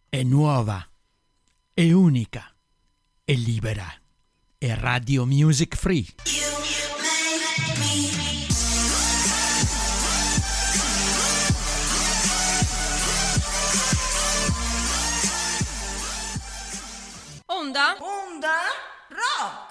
è nuova, è unica, è libera, è Radio Music Free. Onda Rock.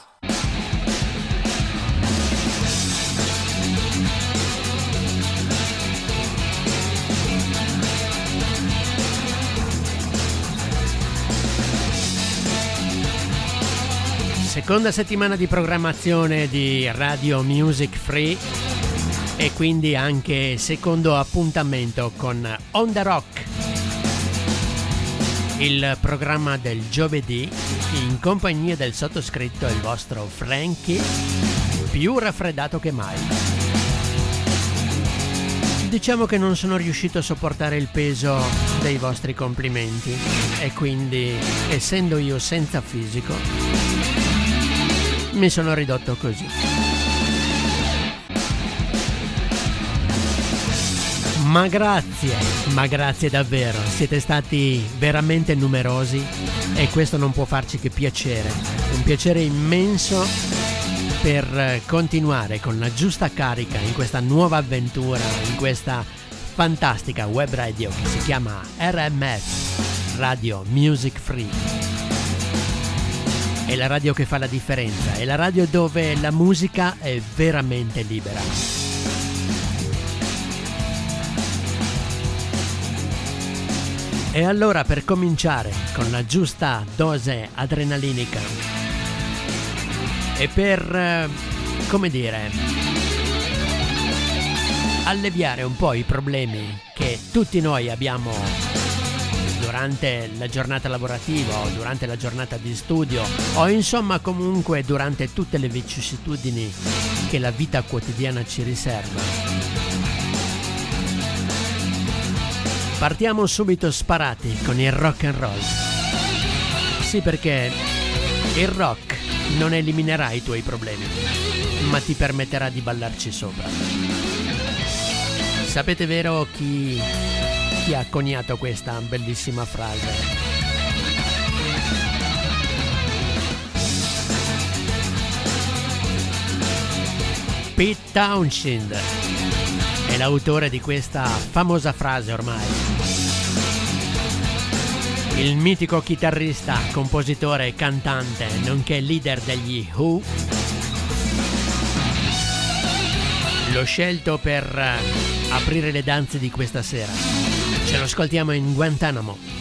Seconda settimana di programmazione di Radio Music Free e quindi anche secondo appuntamento con Onda Rock, il programma del giovedì in compagnia del sottoscritto e il vostro Frankie, più raffreddato che mai. Diciamo che non sono riuscito a sopportare il peso dei vostri complimenti e quindi, essendo io senza fisico, mi sono ridotto così. Ma grazie davvero, siete stati veramente numerosi e questo non può farci che piacere, un piacere immenso per continuare con la giusta carica in questa nuova avventura, in questa fantastica web radio che si chiama RMF, Radio Music Free. È la radio che fa la differenza, è la radio dove la musica è veramente libera. E allora, per cominciare con la giusta dose adrenalinica e per, alleviare un po' i problemi che tutti noi abbiamo durante la giornata lavorativa o durante la giornata di studio o insomma comunque durante tutte le vicissitudini che la vita quotidiana ci riserva, partiamo subito sparati con il rock and roll. Sì, perché il rock non eliminerà i tuoi problemi, ma ti permetterà di ballarci sopra. Sapete vero chi ha coniato questa bellissima frase? Pete Townshend è l'autore di questa famosa frase ormai. Il mitico chitarrista, compositore e cantante, nonché leader degli Who, l'ho scelto per aprire le danze di questa sera. Ce lo ascoltiamo in Guantanamo.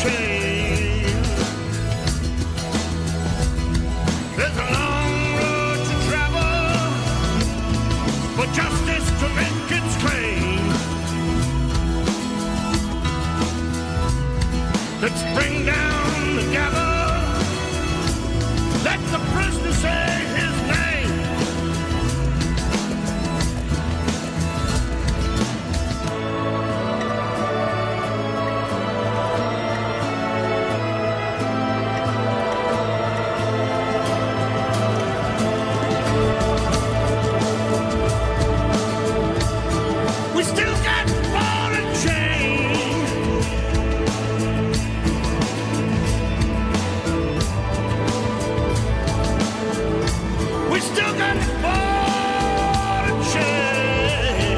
chain. There's a long road to travel for justice to make its claim. Let's bring down the gavel. Let the prisoner say his name. We still got ball and chain. We still got ball and chain.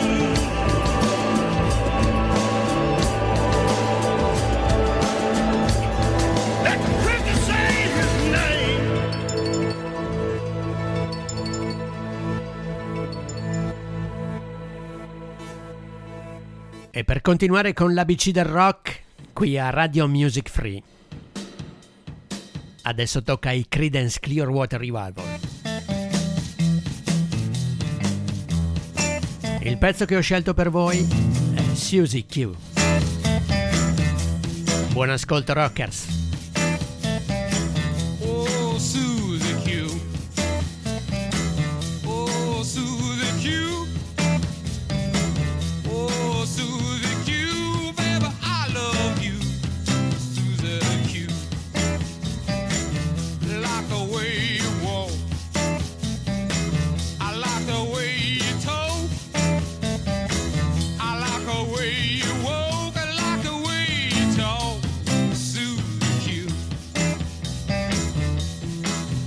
Let the prisoner say his name. E per continuare con l'ABC del rock, qui a Radio Music Free, adesso tocca ai Creedence Clearwater Revival. Il pezzo che ho scelto per voi è Susie Q. Buon ascolto, rockers. Oh, Susie Q. Oh, Susie Q. Oh, Susie Q. Baby, I love you. Susie Q. Like the way you walk. I like the way you talk. I like the way you walk. I like the way you talk. Susie Q.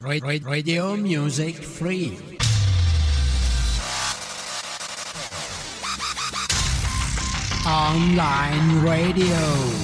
Radio Music Free. Online radio.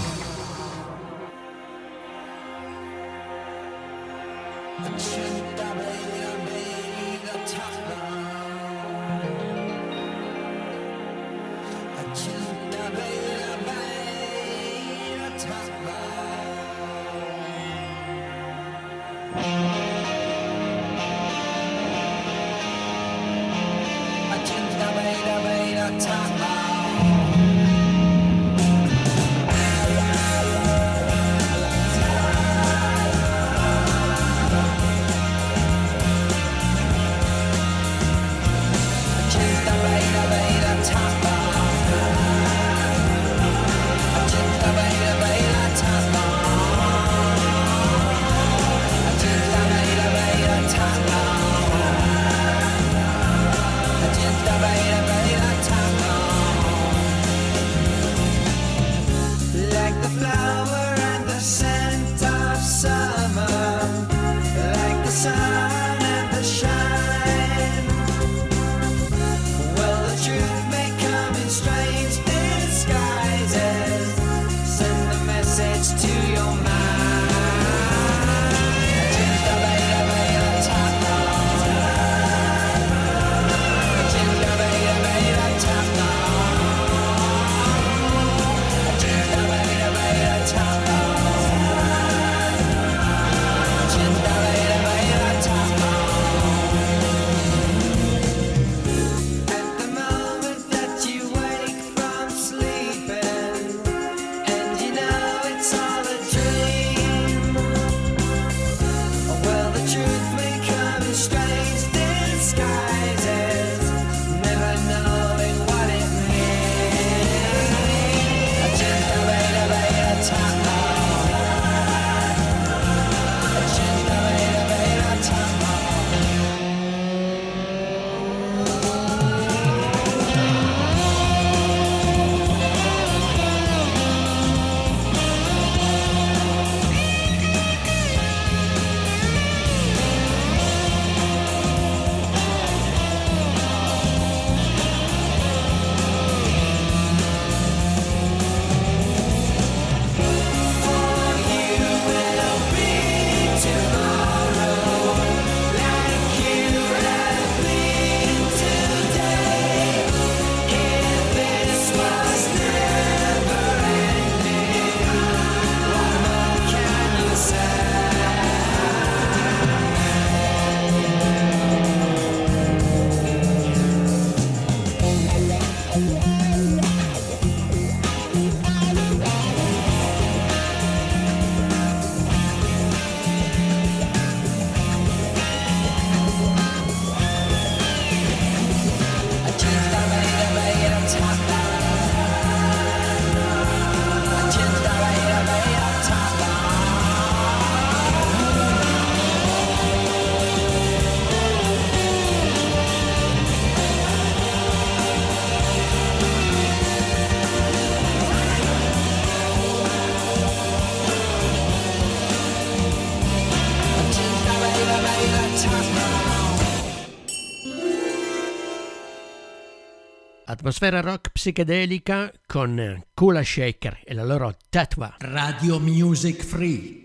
Atmosfera rock psichedelica con Kula Shaker e la loro Tatwa. Radio Music Free.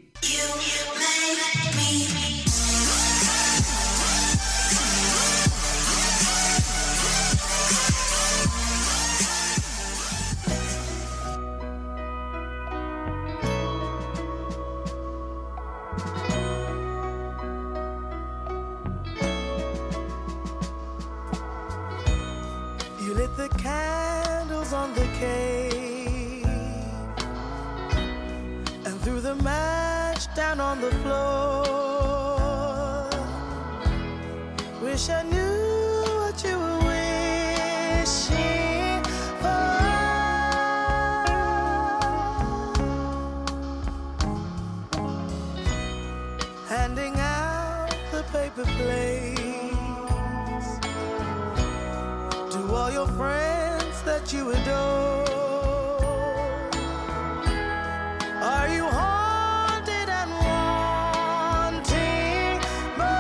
The candles on the cave and threw the match down on the floor. Wish I knew what you were wishing for. Handing out the paper plates to all your friends that you adore. Are you haunted and wanting more?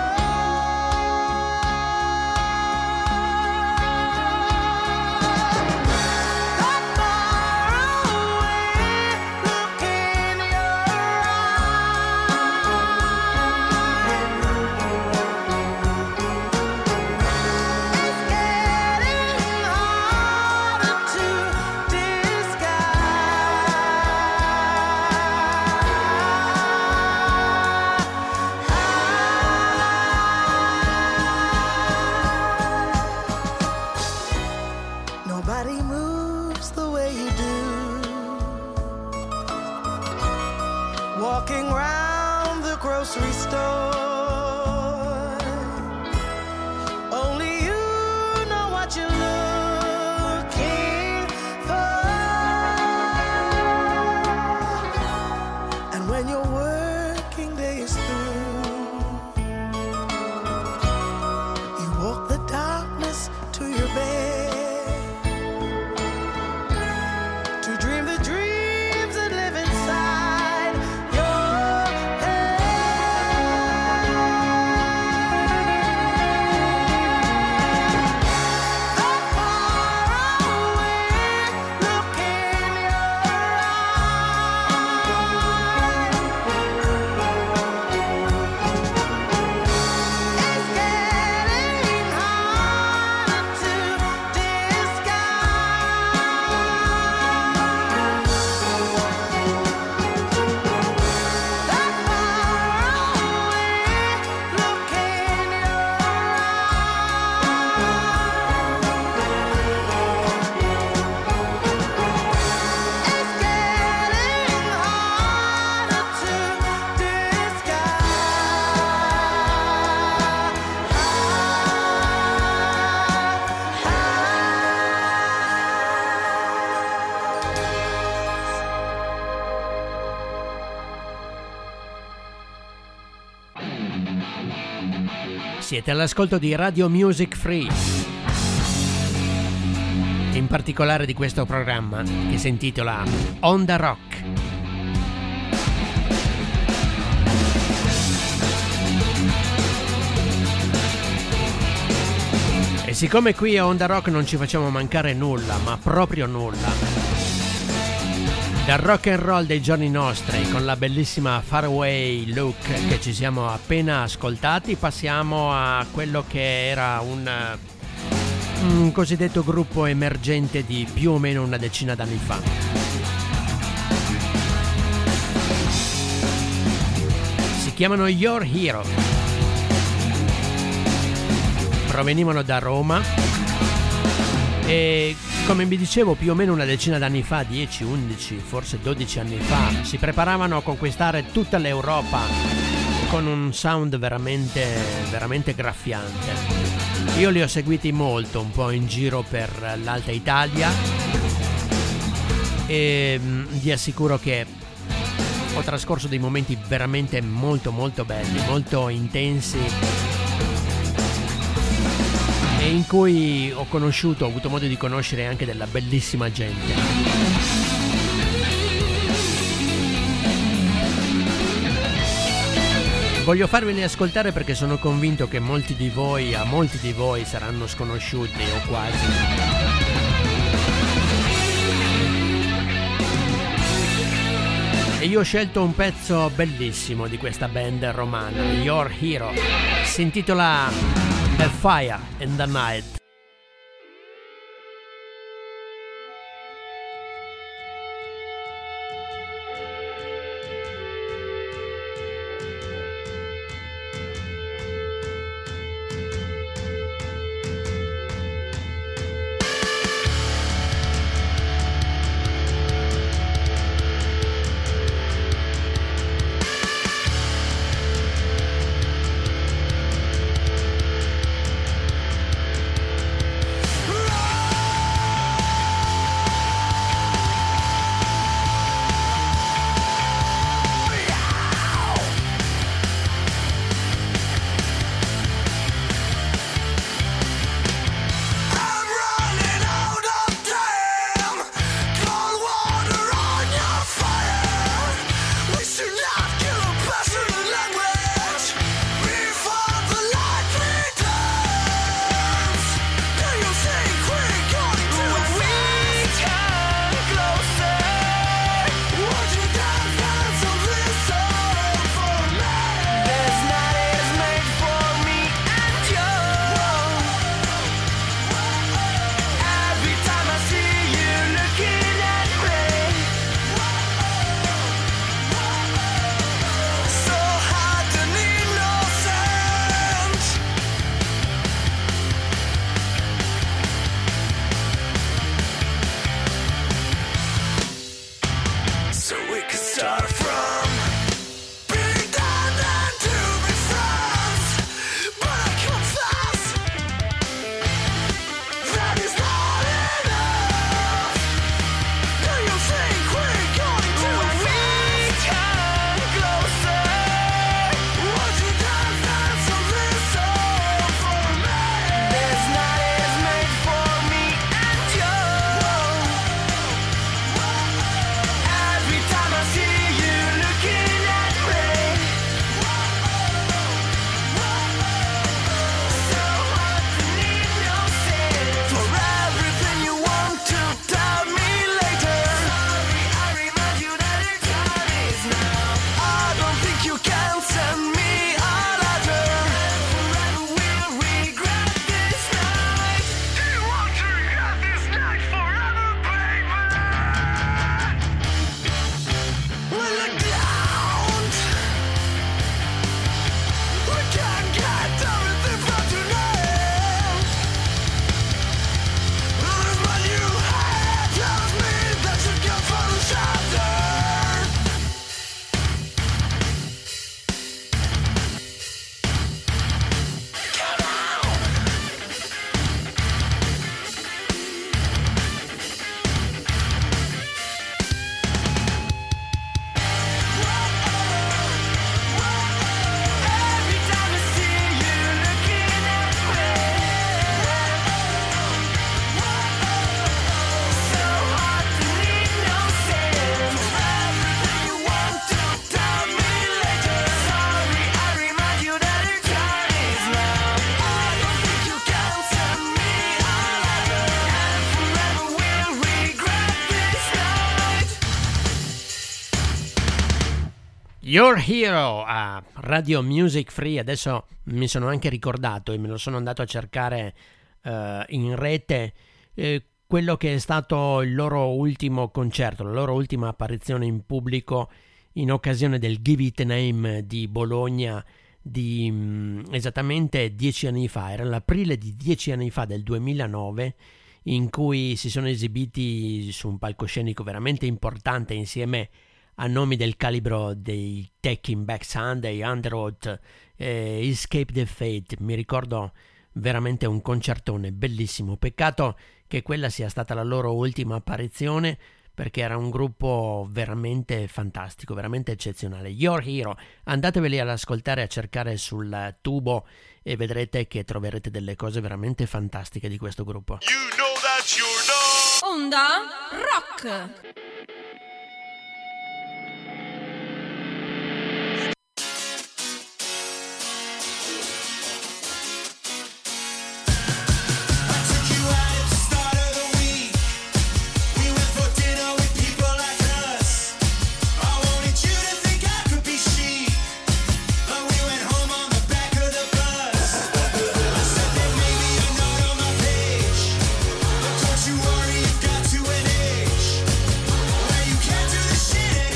walking round the grocery store. Only you know what you're looking for. And when your working day is through, you walk the darkness to your bed. Siete all'ascolto di Radio Music Free, in particolare di questo programma che si intitola Onda Rock. E siccome qui a Onda Rock non ci facciamo mancare nulla, ma proprio nulla, dal rock and roll dei giorni nostri, con la bellissima Faraway Look che ci siamo appena ascoltati, passiamo a quello che era un cosiddetto gruppo emergente di più o meno una decina d'anni fa. Si chiamano Your Hero. Provenivano da Roma e, come vi dicevo, più o meno una decina d'anni fa, 10, 11, forse 12 anni fa, si preparavano a conquistare tutta l'Europa con un sound veramente, veramente graffiante. Io li ho seguiti molto, un po' in giro per l'Alta Italia, e vi assicuro che ho trascorso dei momenti veramente molto molto belli, molto intensi, e in cui ho avuto modo di conoscere anche della bellissima gente. Voglio farveli ascoltare perché sono convinto che a molti di voi saranno sconosciuti o quasi. E io ho scelto un pezzo bellissimo di questa band romana, Your Hero. Si intitola The Fire in the Night. Your Hero a Radio Music Free. Adesso mi sono anche ricordato e me lo sono andato a cercare in rete, quello che è stato il loro ultimo concerto, la loro ultima apparizione in pubblico in occasione del Give It a Name di Bologna di esattamente 10 anni fa. Era l'aprile di 10 anni fa, del 2009, in cui si sono esibiti su un palcoscenico veramente importante insieme a nomi del calibro dei Taking Back Sunday, Underoath, Escape the Fate. Mi ricordo veramente un concertone bellissimo. Peccato che quella sia stata la loro ultima apparizione, perché era un gruppo veramente fantastico, veramente eccezionale. Your Hero, andateveli ad ascoltare, a cercare sul tubo e vedrete che troverete delle cose veramente fantastiche di questo gruppo. You know that's your dog. Onda Rock. You worry, you've got to an age where you can't do this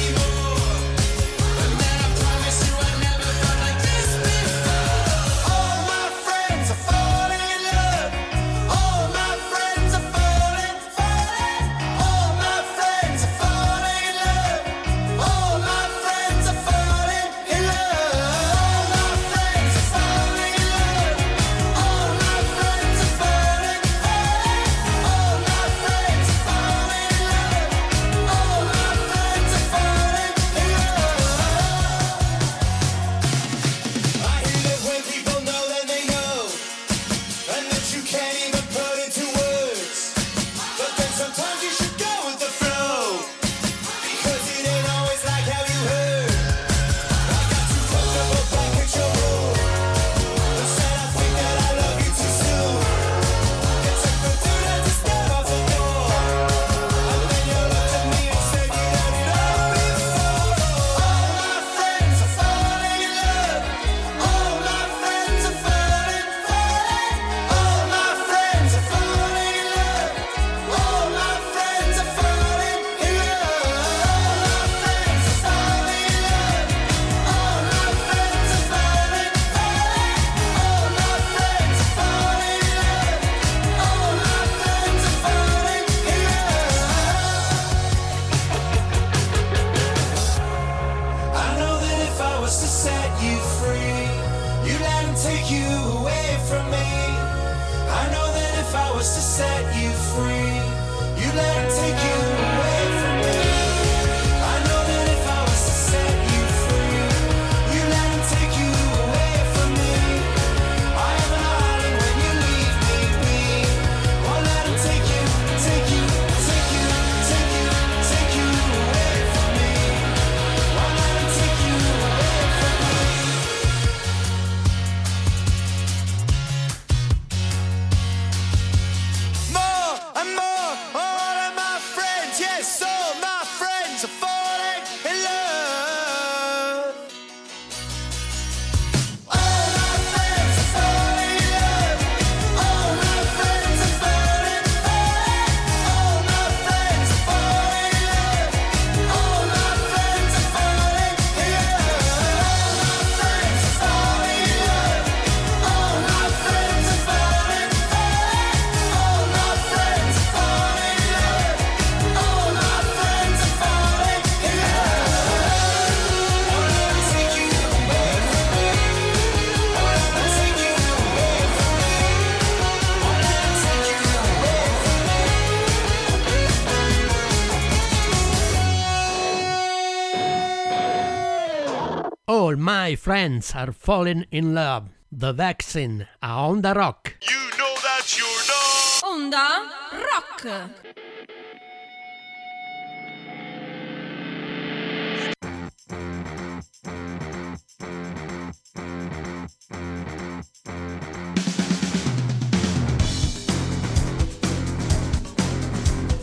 All My Friends Are Falling in Love, The Vaccine a Onda Rock. You know that's your dog. Onda Rock.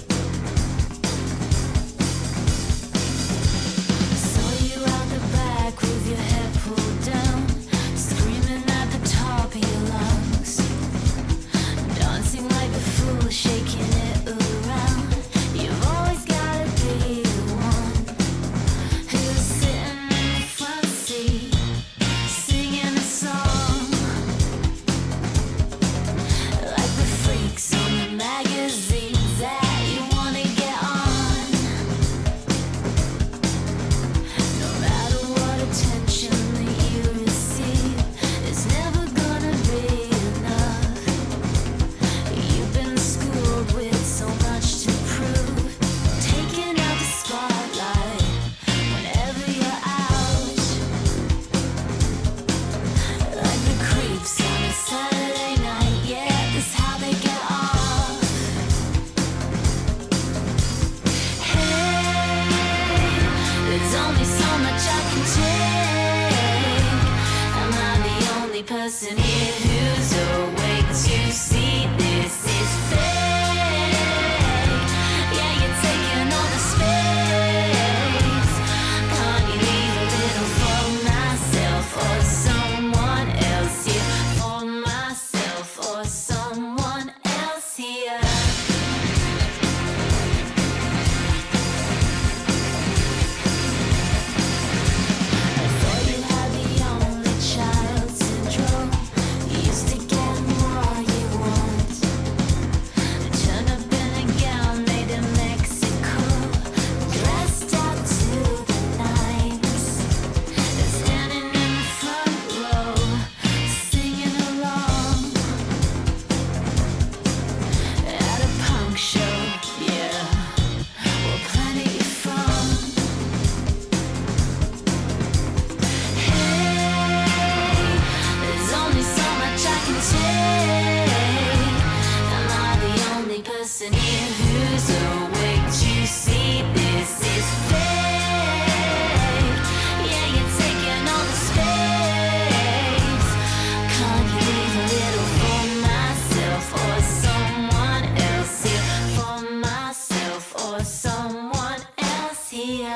Saw you out the back person here who's awake to see this is fake. Yeah, you're taking all the space. Can't you leave a little for myself or someone else here? For myself or someone else here. Person here who's awake to see this is fake. Yeah, you're taking all the space. Can't you leave a little for myself or someone else here? For myself or someone else here.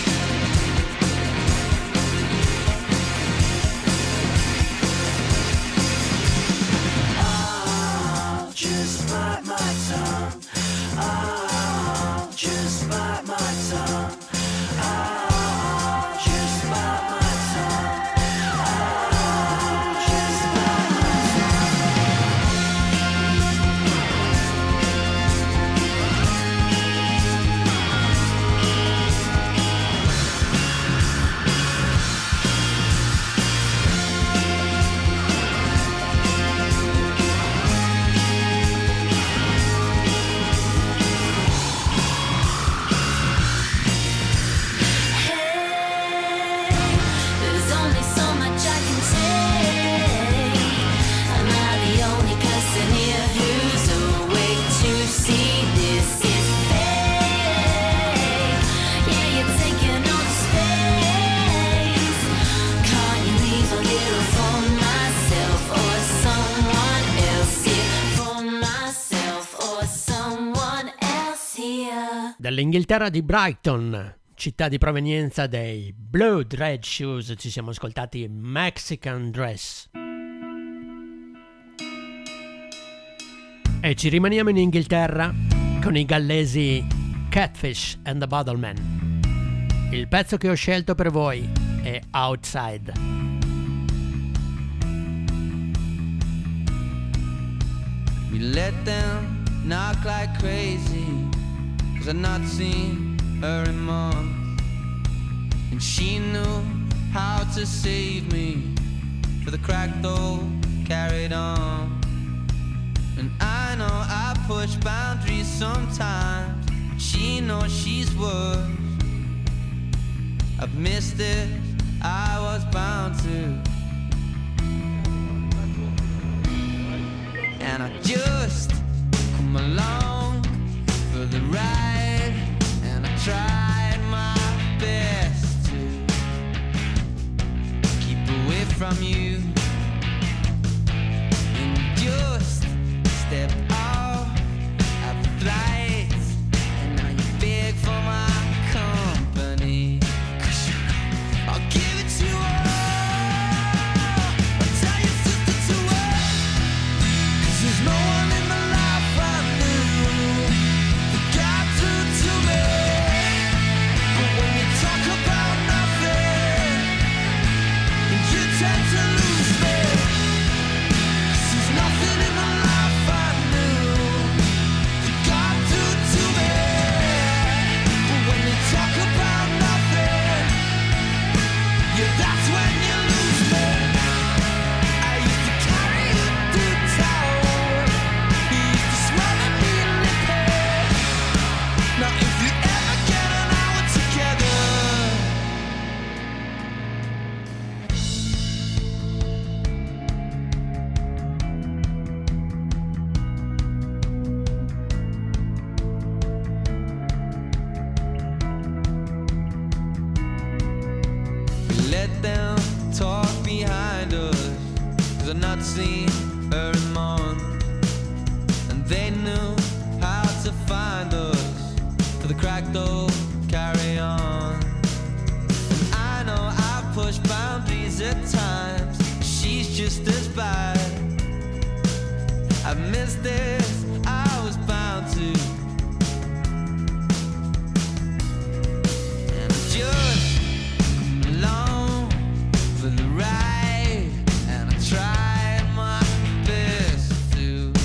Just bite my tongue. Oh, just bite my tongue. Oh, just bite my tongue. Oh, just bite my There's only so much I can take. Am I the only person here who's awake to see this is fake? Yeah, you're taking all the space. Can't you leave a little for myself or someone else here? For myself or someone else here. Dall'Inghilterra di Brighton, città di provenienza dei Blood Red Shoes, ci siamo ascoltati Mexican Dress. E ci rimaniamo in Inghilterra con i gallesi Catfish and the Bottlemen. Il pezzo che ho scelto per voi è Outside. We let them knock like crazy, 'cause I've not seen her in months. And she knew how to save me, for the crack though carried on. And I know I push boundaries sometimes, but she knows she's worse. I've missed it, I was bound to. And I just come along for the ride, and I tried my best to keep away from you, and just step out of the flight, and now you beg for my company. 'Cause you know I'll give it to you all. I'll tell your sister to work, 'cause there's no one in my life I knew that got through to me. But when you talk about nothing, you tend to lose me. 'Cause there's nothing in my life I knew that got through to me. But when you talk about nothing, yeah, that's when you lose me. I used to carry you through town, you used to smile at me and lippy. Now if you ever get an hour together, we let them talk behind us, 'cause I've not seen her in months, and they knew how to find us for the cracked old carry on. And I know I've pushed boundaries at times, she's just as bad. I've missed this, I was bound to. And I just come along for the ride, and I tried my best to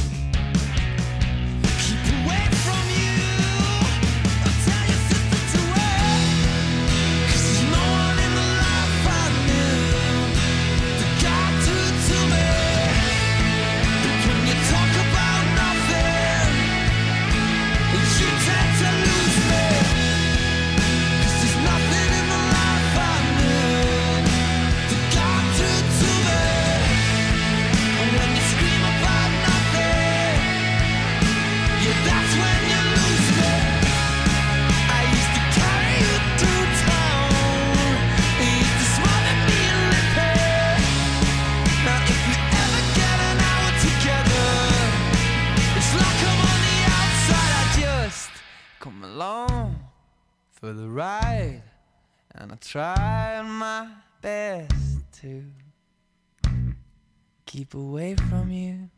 keep away from you. I'll tell your sister to wait, 'cause there's no one in the life I knew that got to me. But when you talk about nothing, you tend to lose me. 'Cause there's nothing in the life I knew that got to me. And when you scream about nothing, yeah, that's when you lose me. I used to carry you through town, you used to smother me and lip it. Now if we ever get an hour together, it's like I'm on the outside. I just come along for the ride, and I try my best to keep away from you.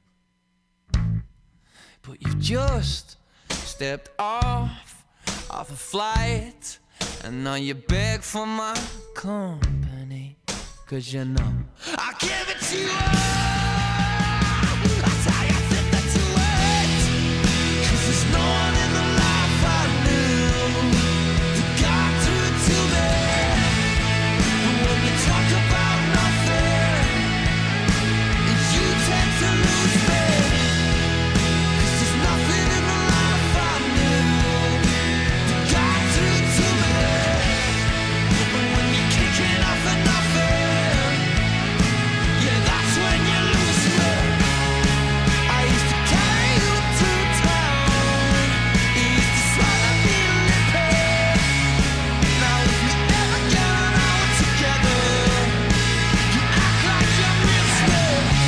But you've just stepped off a flight, and now you beg for my company, 'cause you know I'll give it to you all. I'll tell you something to wait, 'cause there's no one in the life I knew that got to me. But when you talk about nothing, you tend to lose me. 'Cause there's nothing in the life I knew that got to me. But when you're kicking off at nothing, yeah, that's when you lose me. I used to carry you to town, you used to swallow me and lip it. Now if we ever get an hour together, you act like you miss me.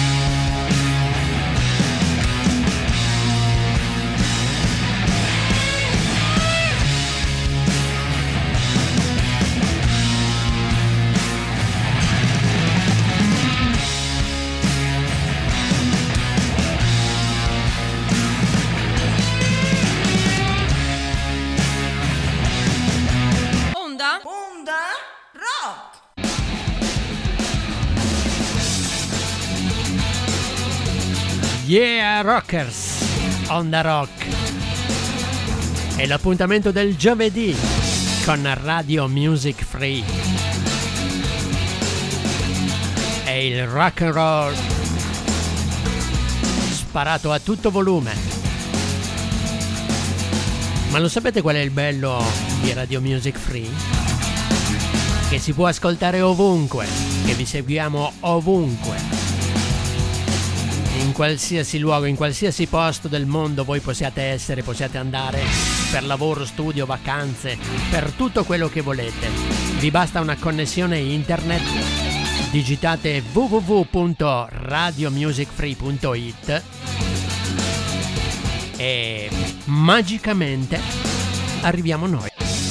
Onda Rock! Yeah, Rockers, Onda Rock. È l'appuntamento del giovedì con Radio Music Free. È il rock and roll sparato a tutto volume. Ma lo sapete qual è il bello di Radio Music Free? Che si può ascoltare ovunque, che vi seguiamo ovunque. In qualsiasi luogo, in qualsiasi posto del mondo voi possiate essere, possiate andare per lavoro, studio, vacanze, per tutto quello che volete. Vi basta una connessione internet, digitate www.radiomusicfree.it e magicamente arriviamo noi.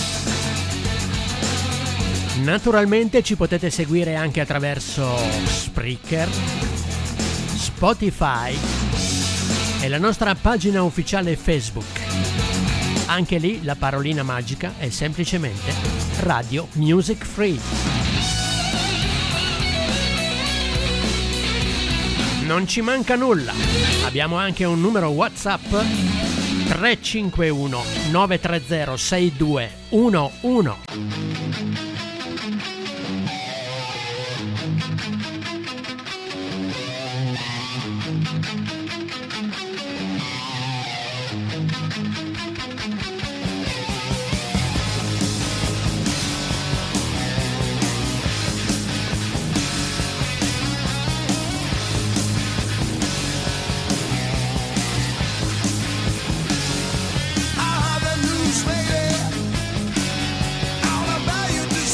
Naturalmente ci potete seguire anche attraverso Spreaker, Spotify e la nostra pagina ufficiale Facebook. Anche lì la parolina magica è semplicemente Radio Music Free. Non ci manca nulla. Abbiamo anche un numero WhatsApp 351 930 6211. I have the news, baby, all about your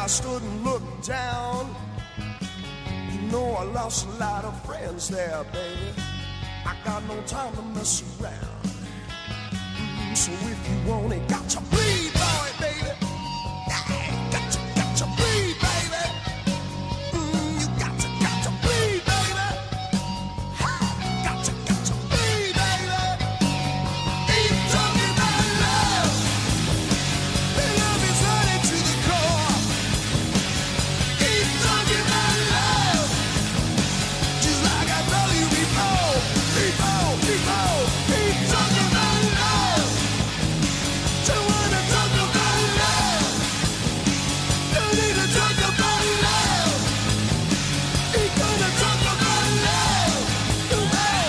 stood and looked down. You know I lost a lot of friends there, baby. I got no time to mess around. So if you want it, got to bleed, boy, baby. Yeah, got to bleed, baby. You got to bleed, baby. Got to bleed, baby. Ain't talking about love. The love is running to the core. Ain't talking about love. Just like I told you before. Ain't talking about love. Don't wanna talk about love. Don't need to talk about love. Ain't gonna talk about love. You know.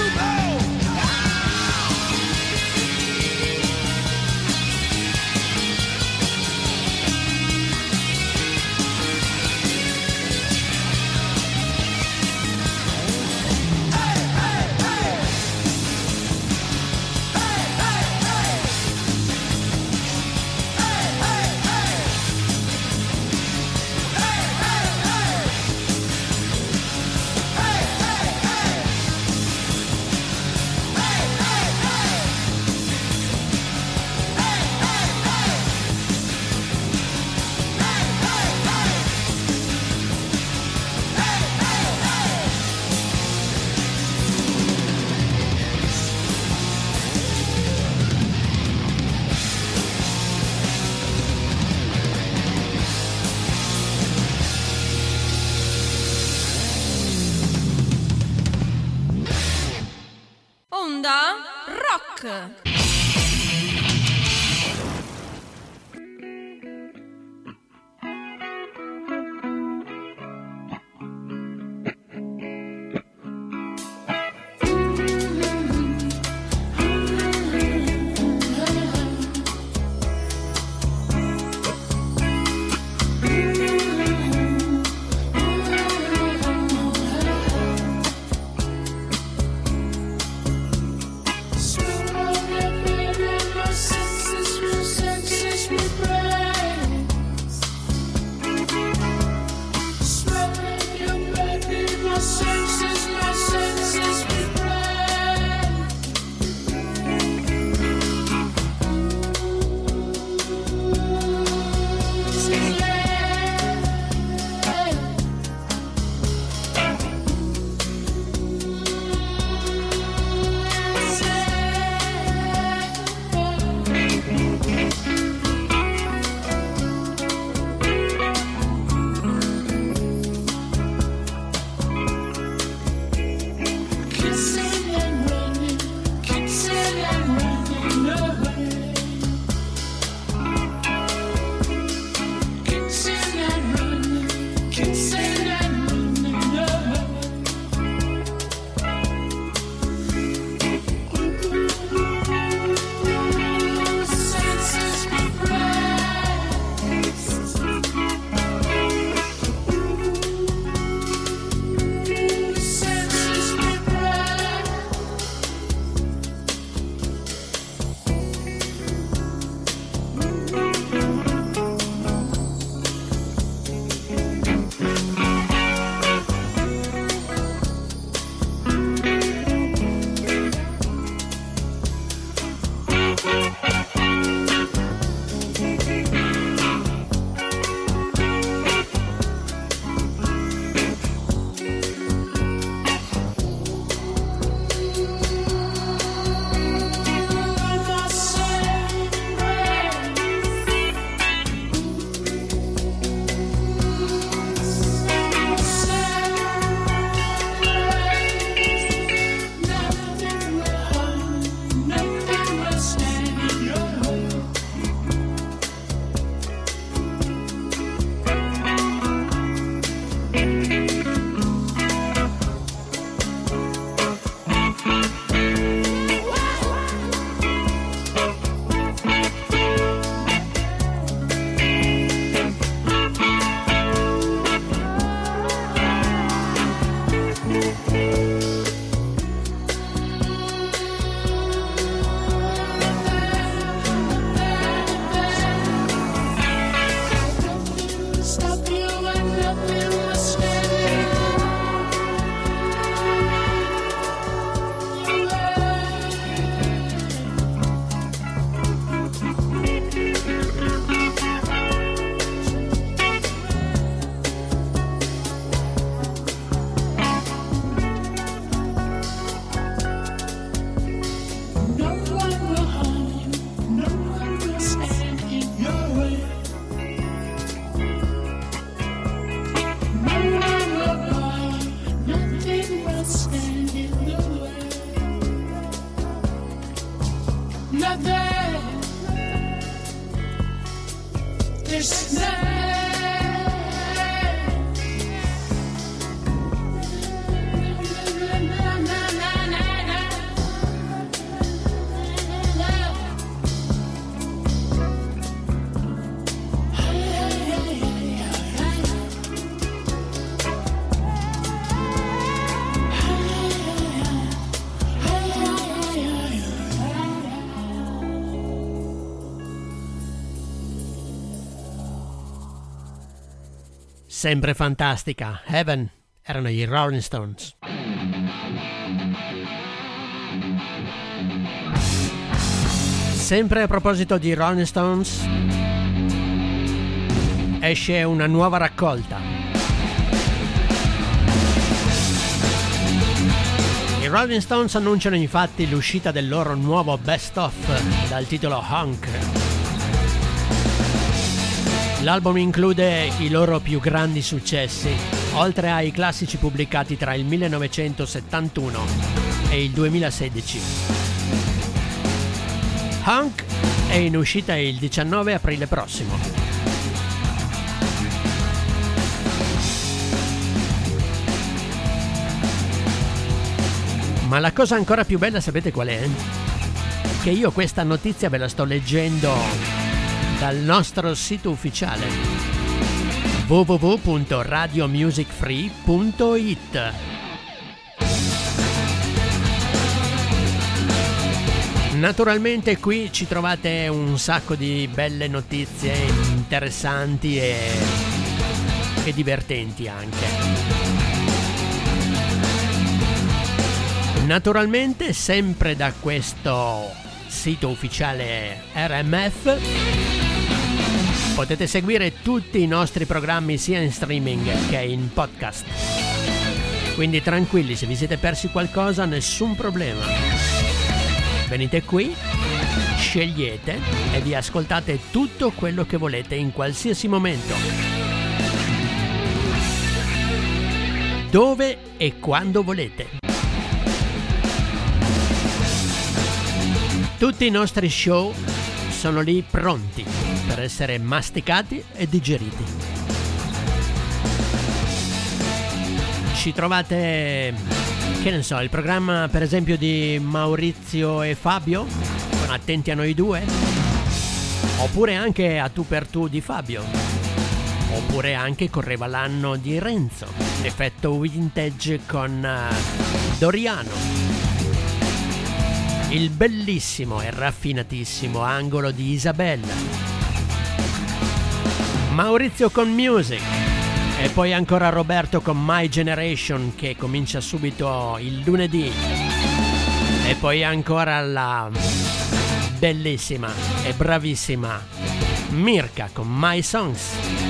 Onda Rock. Smooth nothing. This night. Sempre fantastica. Heaven erano i Rolling Stones. Sempre a proposito di Rolling Stones, esce una nuova raccolta. I Rolling Stones annunciano infatti l'uscita del loro nuovo best of dal titolo Honk. L'album include i loro più grandi successi, oltre ai classici pubblicati tra il 1971 e il 2016. Honk è in uscita il 19 aprile prossimo. Ma la cosa ancora più bella sapete qual è? Che io questa notizia ve la sto leggendo dal nostro sito ufficiale www.radiomusicfree.it. Naturalmente qui ci trovate un sacco di belle notizie interessanti e divertenti anche. Naturalmente sempre da questo sito ufficiale RMF potete seguire tutti i nostri programmi sia in streaming che in podcast. Quindi tranquilli, se vi siete persi qualcosa nessun problema. Venite qui, scegliete e vi ascoltate tutto quello che volete in qualsiasi momento. Dove e quando volete. Tutti i nostri show sono lì pronti per essere masticati e digeriti. Ci trovate, che ne so, il programma per esempio di Maurizio e Fabio con Attenti a noi due, oppure anche A tu per tu di Fabio, oppure anche Correva l'anno di Renzo, Effetto Vintage con Doriano, il bellissimo e raffinatissimo Angolo di Isabella, Maurizio con Music e poi ancora Roberto con My Generation che comincia subito il lunedì, e poi ancora la bellissima e bravissima Mirka con My Songs,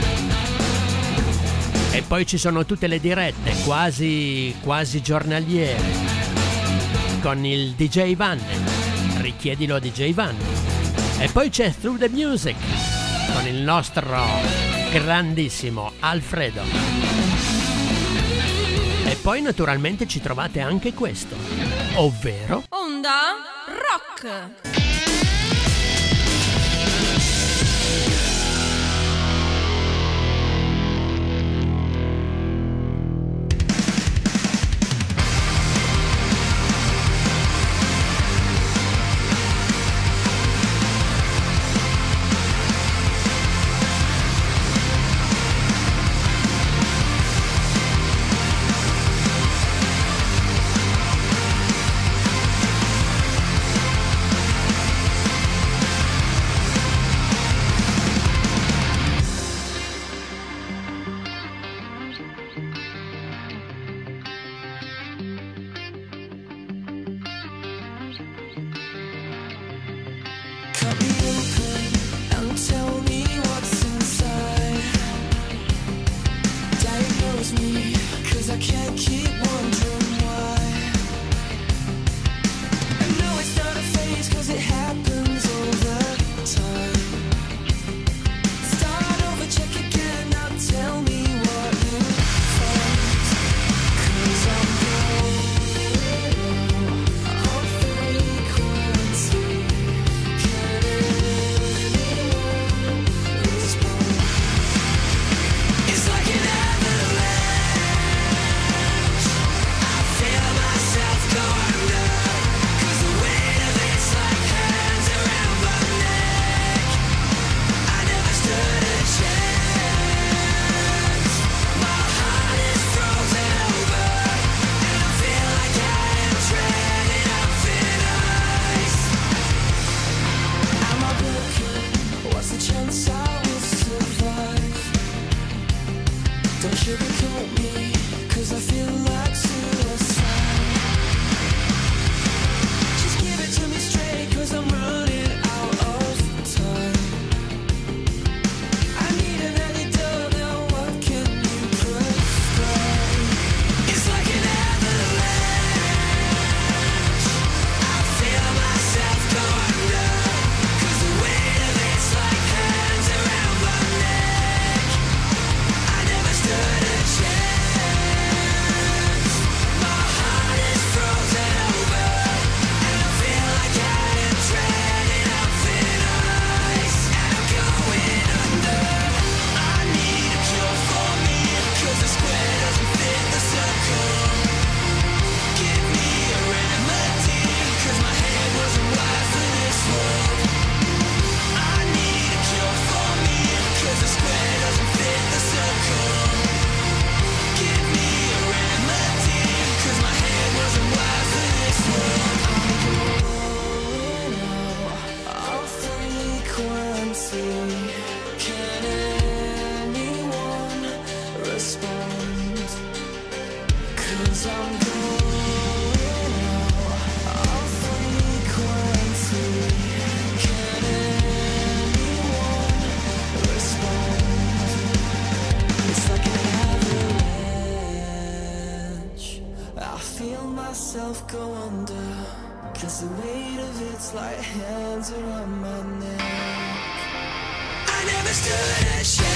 e poi ci sono tutte le dirette quasi giornaliere con il DJ Van, richiedilo DJ Van, e poi c'è Through the Music con il nostro grandissimo Alfredo, e poi naturalmente ci trovate anche questo, ovvero Onda Rock. It's like hands around my neck. I never stood a chance.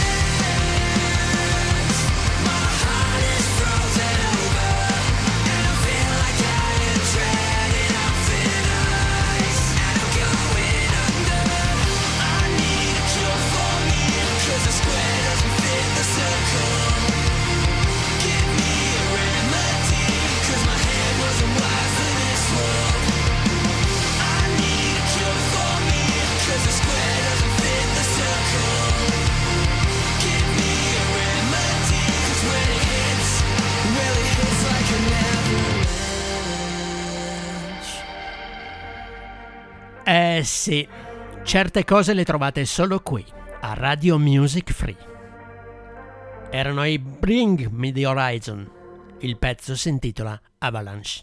My heart is frozen over, and I feel like I am treading on thin ice, and I'm going under. I need a cure for me, 'cause the square doesn't fit the circle. Give me a remedy, 'cause my head wasn't wise for this world. I need a cure for me, 'cause the square doesn't fit the circle. Give me a remedy, 'cause when it hits, really hits like an avalanche. Sì, certe cose le trovate solo qui, a Radio Music Free. Erano i Bring Me the Horizon. Il pezzo si intitola Avalanche.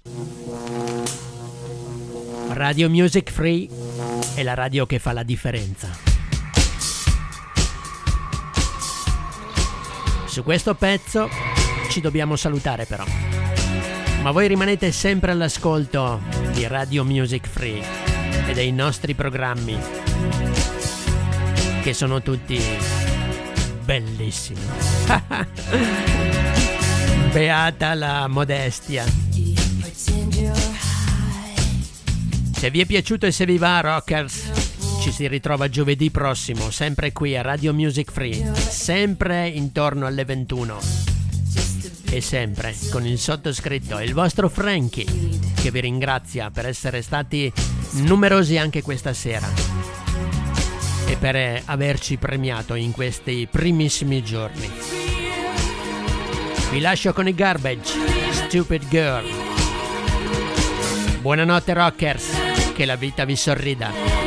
Radio Music Free è la radio che fa la differenza. Su questo pezzo ci dobbiamo salutare però. Ma voi rimanete sempre all'ascolto di Radio Music Free e dei nostri programmi, che sono tutti bellissimi. Beata la modestia. Se vi è piaciuto e se vi va, Rockers, ci si ritrova giovedì prossimo, sempre qui a Radio Music Free, sempre intorno alle 21. E sempre con il sottoscritto, il vostro Frankie, che vi ringrazia per essere stati numerosi anche questa sera e per averci premiato in questi primissimi giorni. Vi lascio con i Garbage, Stupid Girl. Buonanotte Rockers, che la vita vi sorrida.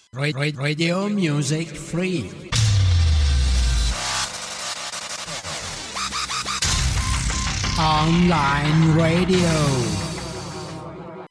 Radio Music Free. Online radio.